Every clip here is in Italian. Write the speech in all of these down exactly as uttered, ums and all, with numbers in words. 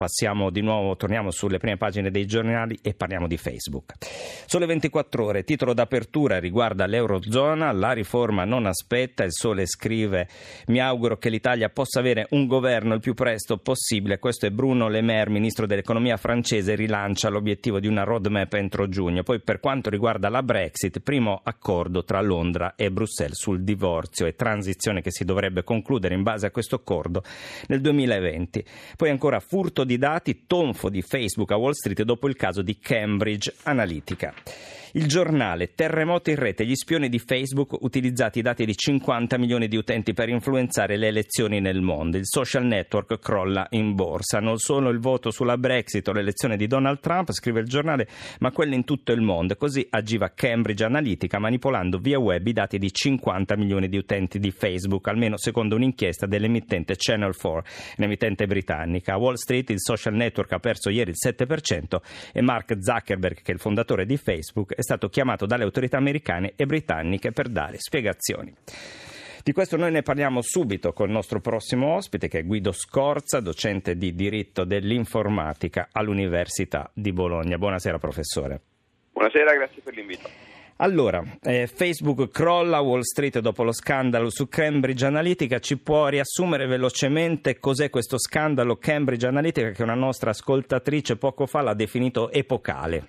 Passiamo di nuovo, torniamo sulle prime pagine dei giornali e parliamo di Facebook. Sole ventiquattro ore, titolo d'apertura riguarda l'Eurozona, la riforma non aspetta, il Sole scrive: mi auguro che l'Italia possa avere un governo il più presto possibile. Questo è Bruno Le Maire, ministro dell'economia francese, rilancia l'obiettivo di una roadmap entro giugno. Poi per quanto riguarda la Brexit, primo accordo tra Londra e Bruxelles sul divorzio e transizione che si dovrebbe concludere in base a questo accordo nel duemilaventi. Poi ancora furto di di dati, tonfo di Facebook a Wall Street dopo il caso di Cambridge Analytica. Il Giornale, terremoto in rete, gli spioni di Facebook utilizzati i dati di cinquanta milioni di utenti per influenzare le elezioni nel mondo. Il social network crolla in borsa. Non solo il voto sulla Brexit o l'elezione di Donald Trump, scrive il Giornale, ma quelle in tutto il mondo. Così agiva Cambridge Analytica manipolando via web i dati di cinquanta milioni di utenti di Facebook, almeno secondo un'inchiesta dell'emittente Channel quattro, un'emittente britannica. A Wall Street il social network ha perso ieri il sette per cento e Mark Zuckerberg, che è il fondatore di Facebook, è stato chiamato dalle autorità americane e britanniche per dare spiegazioni. Di questo noi ne parliamo subito con il nostro prossimo ospite, che è Guido Scorza, docente di diritto dell'informatica all'Università di Bologna. Buonasera professore. Buonasera, grazie per l'invito. Allora, eh, Facebook crolla, Wall Street dopo lo scandalo su Cambridge Analytica. Ci può riassumere velocemente cos'è questo scandalo Cambridge Analytica, che una nostra ascoltatrice poco fa l'ha definito epocale?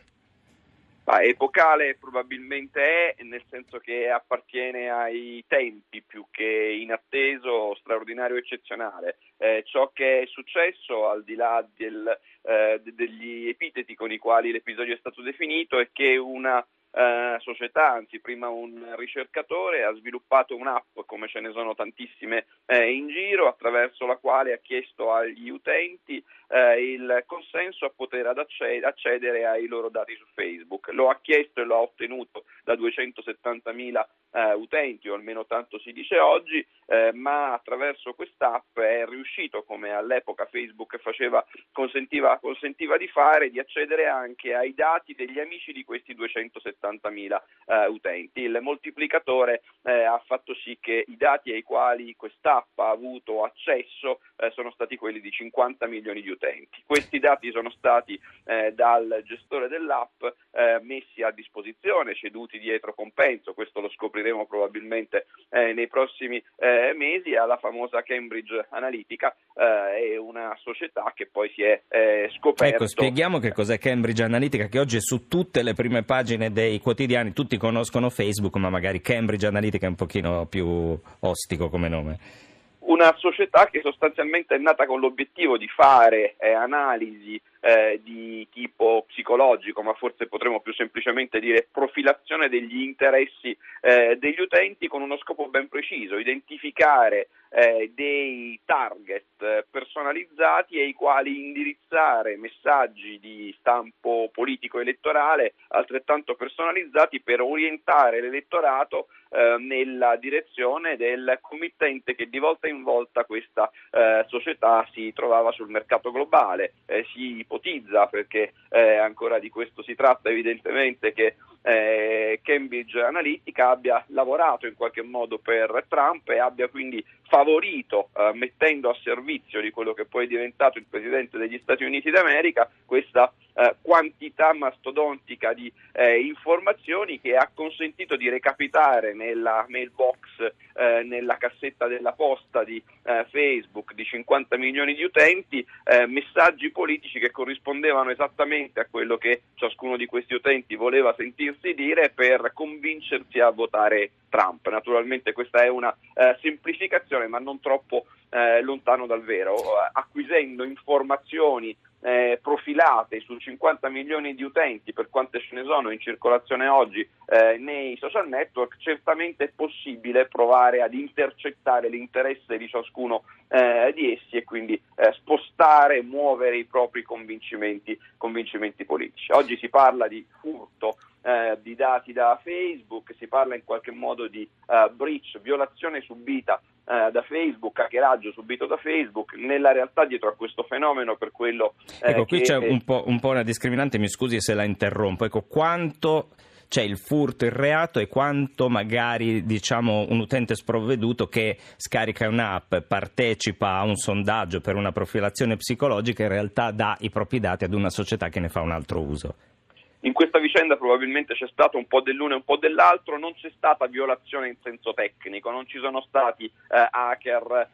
Ah, epocale probabilmente è, nel senso che appartiene ai tempi più che inatteso, straordinario, eccezionale. Eh, ciò che è successo, al di là del, eh, degli epiteti con i quali l'episodio è stato definito, è che una Uh, società, anzi prima un ricercatore, ha sviluppato un'app, come ce ne sono tantissime eh, in giro, attraverso la quale ha chiesto agli utenti eh, il consenso a poter ad acced- accedere ai loro dati su Facebook. Lo ha chiesto e lo ha ottenuto da duecentosettantamila eh, utenti, o almeno tanto si dice oggi, eh, ma attraverso quest'app è riuscito, come all'epoca Facebook faceva, consentiva, consentiva di fare, di accedere anche ai dati degli amici di questi duecentosettantamila uh, utenti. Il moltiplicatore eh, ha fatto sì che i dati ai quali quest'app ha avuto accesso eh, sono stati quelli di cinquanta milioni di utenti. Questi dati sono stati eh, dal gestore dell'app eh, messi a disposizione, ceduti dietro compenso, questo lo scopriremo probabilmente eh, nei prossimi eh, mesi, alla famosa Cambridge Analytica, eh, è una società che poi si è eh, scoperto. Ecco, spieghiamo che cos'è Cambridge Analytica, che oggi è su tutte le prime pagine dei quotidiani. Tutti conoscono Facebook, ma magari Cambridge Analytica è un pochino più ostico come nome. Una società che sostanzialmente è nata con l'obiettivo di fare eh, analisi eh, di tipo psicologico, ma forse potremmo più semplicemente dire profilazione degli interessi eh, degli utenti, con uno scopo ben preciso: identificare eh, dei target eh, personalizzati ai quali indirizzare messaggi di stampo politico elettorale altrettanto personalizzati, per orientare l'elettorato eh, nella direzione del committente che di volta in volta questa eh, società si trovava sul mercato globale. Eh, si ipotizza, perché eh, ancora di questo si tratta evidentemente, che eh, Cambridge Analytica abbia lavorato in qualche modo per Trump e abbia quindi favorito, eh, mettendo a servizio di quello che poi è diventato il Presidente degli Stati Uniti d'America, questa eh, quantità mastodontica di eh, informazioni che ha consentito di recapitare nella mailbox, eh, nella cassetta della posta di eh, Facebook di cinquanta milioni di utenti, eh, messaggi politici che corrispondevano esattamente a quello che ciascuno di questi utenti voleva sentirsi dire per convincersi a votare Trump. Naturalmente questa è una eh, semplificazione, ma non troppo eh, lontano dal vero. Acquisendo informazioni eh, profilate su cinquanta milioni di utenti, per quante ce ne sono in circolazione oggi eh, nei social network, certamente è possibile provare ad intercettare l'interesse di ciascuno eh, di essi e quindi eh, spostare, muovere i propri convincimenti, convincimenti politici. Oggi si parla di furto Eh, di dati da Facebook, si parla in qualche modo di uh, breach, violazione subita uh, da Facebook, hackeraggio subito da Facebook. Nella realtà, dietro a questo fenomeno, per quello eh, ecco, qui che, c'è un po', un po' una discriminante, mi scusi se la interrompo. Ecco, quanto c'è il furto, il reato, e quanto magari, diciamo, un utente sprovveduto che scarica un'app, partecipa a un sondaggio per una profilazione psicologica, in realtà dà i propri dati ad una società che ne fa un altro uso. In questa vicenda probabilmente c'è stato un po' dell'uno e un po' dell'altro, non c'è stata violazione in senso tecnico, non ci sono stati eh, hacker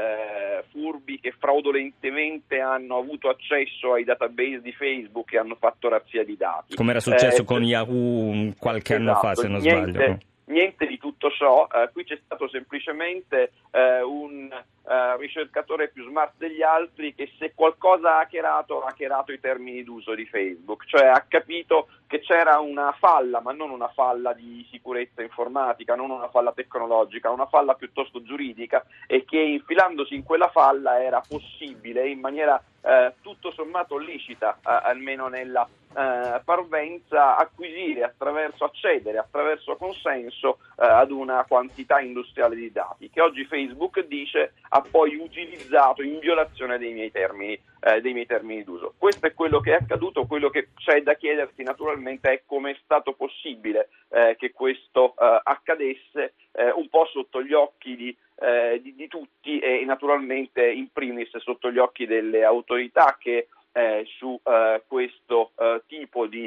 eh, furbi che fraudolentemente hanno avuto accesso ai database di Facebook e hanno fatto razzia di dati. Come era successo eh, con Yahoo qualche esatto, anno fa, se non niente, sbaglio. Niente di tutto ciò, eh, qui c'è stato semplicemente eh, un eh, ricercatore più smart degli altri che, se qualcosa ha hackerato, ha hackerato i termini d'uso di Facebook, cioè ha capito che c'era una falla, ma non una falla di sicurezza informatica, non una falla tecnologica, una falla piuttosto giuridica, e che infilandosi in quella falla era possibile in maniera eh, tutto sommato licita, eh, almeno nella eh, parvenza, acquisire attraverso, accedere attraverso consenso eh, ad una quantità industriale di dati che oggi Facebook dice ha poi utilizzato in violazione dei miei termini, eh, dei miei termini d'uso. Questo è quello che è accaduto. Quello che c'è da chiedersi naturalmente è come è stato possibile eh, che questo eh, accadesse, eh, un po' sotto gli occhi di Eh, di, di tutti, e naturalmente in primis sotto gli occhi delle autorità che eh, su eh, questo eh, tipo di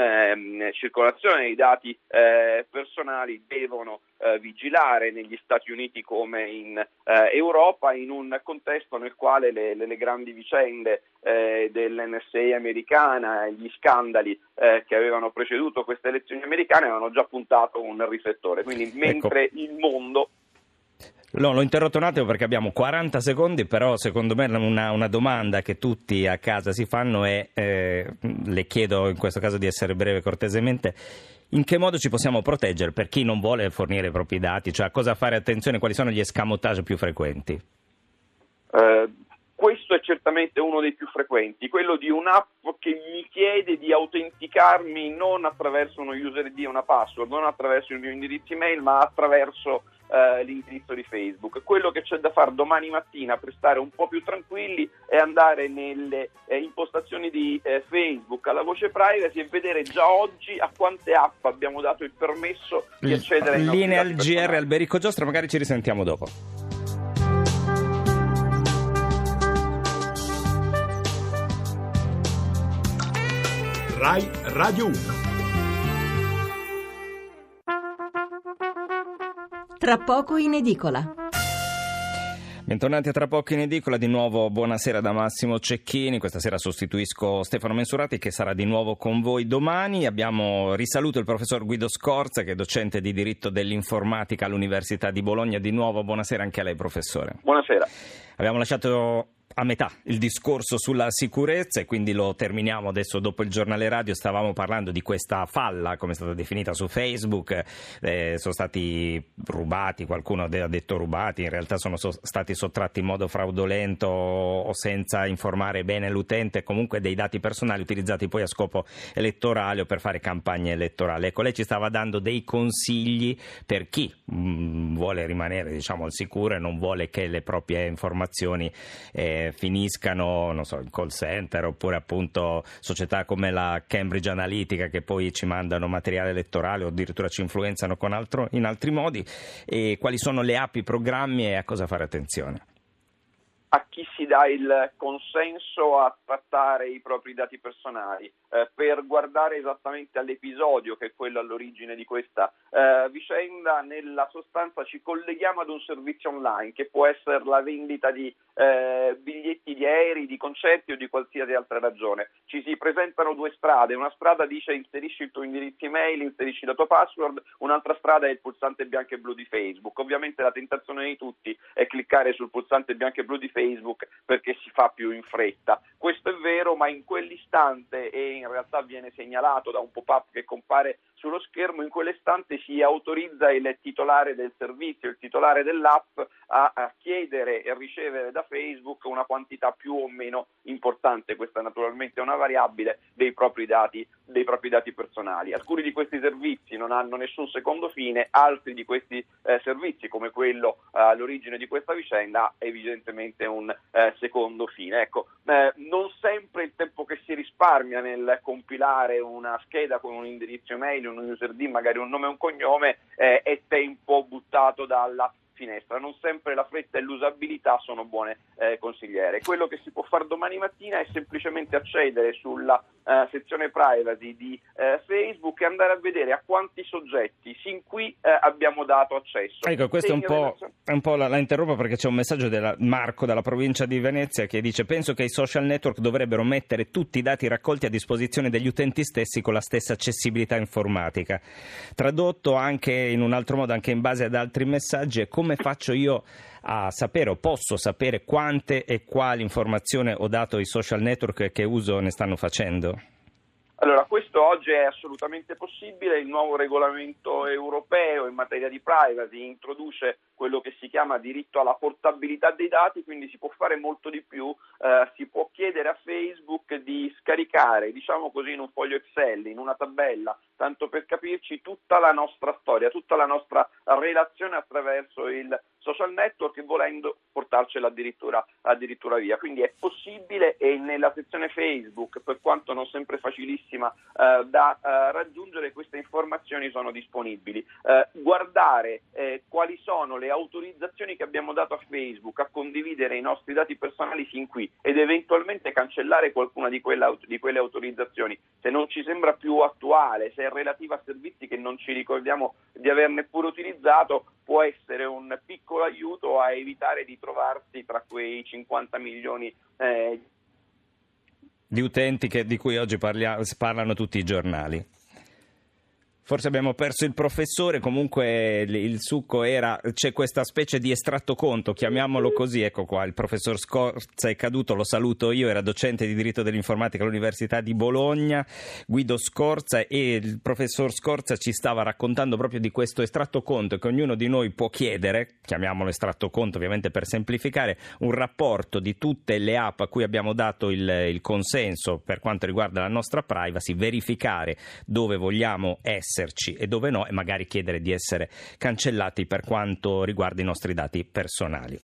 eh, circolazione dei dati eh, personali devono eh, vigilare negli Stati Uniti come in eh, Europa, in un contesto nel quale le, le, le grandi vicende eh, dell'N S A americana e gli scandali eh, che avevano preceduto queste elezioni americane avevano già puntato un riflettore. Quindi mentre ecco. il mondo No, l'ho interrotto un attimo perché abbiamo quaranta secondi, però secondo me una, una domanda che tutti a casa si fanno è, eh, le chiedo in questo caso di essere breve cortesemente, in che modo ci possiamo proteggere per chi non vuole fornire i propri dati, cioè a cosa fare attenzione, quali sono gli escamotage più frequenti? Eh, questo è certamente uno dei più frequenti, quello di un'app che mi chiede di autenticarmi non attraverso uno user I D e una password, non attraverso il mio indirizzo email, ma attraverso Uh, l'indirizzo di Facebook. Quello che c'è da fare domani mattina per stare un po' più tranquilli è andare nelle eh, impostazioni di eh, Facebook alla voce privacy e vedere già oggi a quante app abbiamo dato il permesso di accedere ai nostri Linea al dati G R personali. Alberico Giostra, magari ci risentiamo dopo. Rai Radio uno. Tra poco in edicola. Bentornati a Tra poco in edicola, di nuovo buonasera da Massimo Cecchini. Questa sera sostituisco Stefano Mensurati che sarà di nuovo con voi domani. Abbiamo risaluto il professor Guido Scorza, che è docente di diritto dell'informatica all'Università di Bologna. Di nuovo buonasera anche a lei, professore. Buonasera. Abbiamo lasciato a metà il discorso sulla sicurezza e quindi lo terminiamo adesso dopo il giornale radio. Stavamo parlando di questa falla, come è stata definita su Facebook, eh, sono stati rubati, qualcuno ha detto rubati, in realtà sono so- stati sottratti in modo fraudolento o senza informare bene l'utente, comunque dei dati personali utilizzati poi a scopo elettorale o per fare campagne elettorali. Ecco, lei ci stava dando dei consigli per chi mh, vuole rimanere, diciamo, al sicuro e non vuole che le proprie informazioni eh, finiscano, non so, in call center oppure appunto società come la Cambridge Analytica che poi ci mandano materiale elettorale o addirittura ci influenzano con altro, in altri modi, e quali sono le app, i programmi e a cosa fare attenzione. A chi si dà il consenso a trattare i propri dati personali, eh, per guardare esattamente all'episodio che è quello all'origine di questa eh, vicenda. Nella sostanza ci colleghiamo ad un servizio online che può essere la vendita di eh, biglietti di aerei, di concerti o di qualsiasi altra ragione. Ci si presentano due strade: una strada dice inserisci il tuo indirizzo email, inserisci la tua password, un'altra strada è il pulsante bianco e blu di Facebook. Ovviamente la tentazione di tutti è cliccare sul pulsante bianco e blu di Facebook Facebook perché si fa più in fretta. Questo è vero, ma in quell'istante, e in realtà viene segnalato da un pop-up che compare sullo schermo, in quell'istante si autorizza il titolare del servizio, il titolare dell'app a, a chiedere e ricevere da Facebook una quantità più o meno importante, questa naturalmente è una variabile, dei propri dati, dei propri dati personali. Alcuni di questi servizi non hanno nessun secondo fine, altri di questi eh, servizi, come quello eh, all'origine di questa vicenda, ha evidentemente un eh, secondo fine. Ecco, eh, non sempre il tempo che si risparmia risparmia nel compilare una scheda con un indirizzo email, un user I D, magari un nome e un cognome, eh, è tempo buttato dalla finestra. Non sempre la fretta e l'usabilità sono buone eh, consigliere. Quello che si può fare domani mattina è semplicemente accedere sulla eh, sezione privacy di eh, Facebook e andare a vedere a quanti soggetti sin qui eh, abbiamo dato accesso. Ecco, questo è un po', è un po' la, la interrompo perché c'è un messaggio da Marco dalla provincia di Venezia che dice: penso che i social network dovrebbero mettere tutti i dati raccolti a disposizione degli utenti stessi con la stessa accessibilità informatica. Tradotto anche in un altro modo, anche in base ad altri messaggi, è come faccio io a sapere o posso sapere quante e quali informazioni ho dato ai social network che uso ne stanno facendo? Allora, questo oggi è assolutamente possibile. Il nuovo regolamento europeo in materia di privacy introduce quello che si chiama diritto alla portabilità dei dati, quindi si può fare molto di più, eh, si può chiedere a Facebook di scaricare, diciamo così, in un foglio Excel, in una tabella, tanto per capirci, tutta la nostra storia, tutta la nostra relazione attraverso il social network e volendo portarcela addirittura, addirittura via. Quindi è possibile e nella sezione Facebook, per quanto non sempre facilissima eh, da eh, raggiungere, queste informazioni sono disponibili. Eh, guardare eh, quali sono le autorizzazioni che abbiamo dato a Facebook a condividere i nostri dati personali fin qui ed eventualmente cancellare qualcuna di quelle, di quelle autorizzazioni se non ci sembra più attuale, se è relativa a servizi che non ci ricordiamo di aver neppure utilizzato, può essere un piccolo aiuto a evitare di trovarsi tra quei cinquanta milioni eh, di utenti che, di cui oggi parlia, parlano tutti i giornali. Forse abbiamo perso il professore, comunque il, il succo era, c'è questa specie di estratto conto, chiamiamolo così, ecco qua, il professor Scorza è caduto, lo saluto io, era docente di diritto dell'informatica all'Università di Bologna, Guido Scorza, e il professor Scorza ci stava raccontando proprio di questo estratto conto che ognuno di noi può chiedere, chiamiamolo estratto conto ovviamente per semplificare, un rapporto di tutte le app a cui abbiamo dato il, il consenso per quanto riguarda la nostra privacy, verificare dove vogliamo essere e dove no, e magari chiedere di essere cancellati per quanto riguarda i nostri dati personali.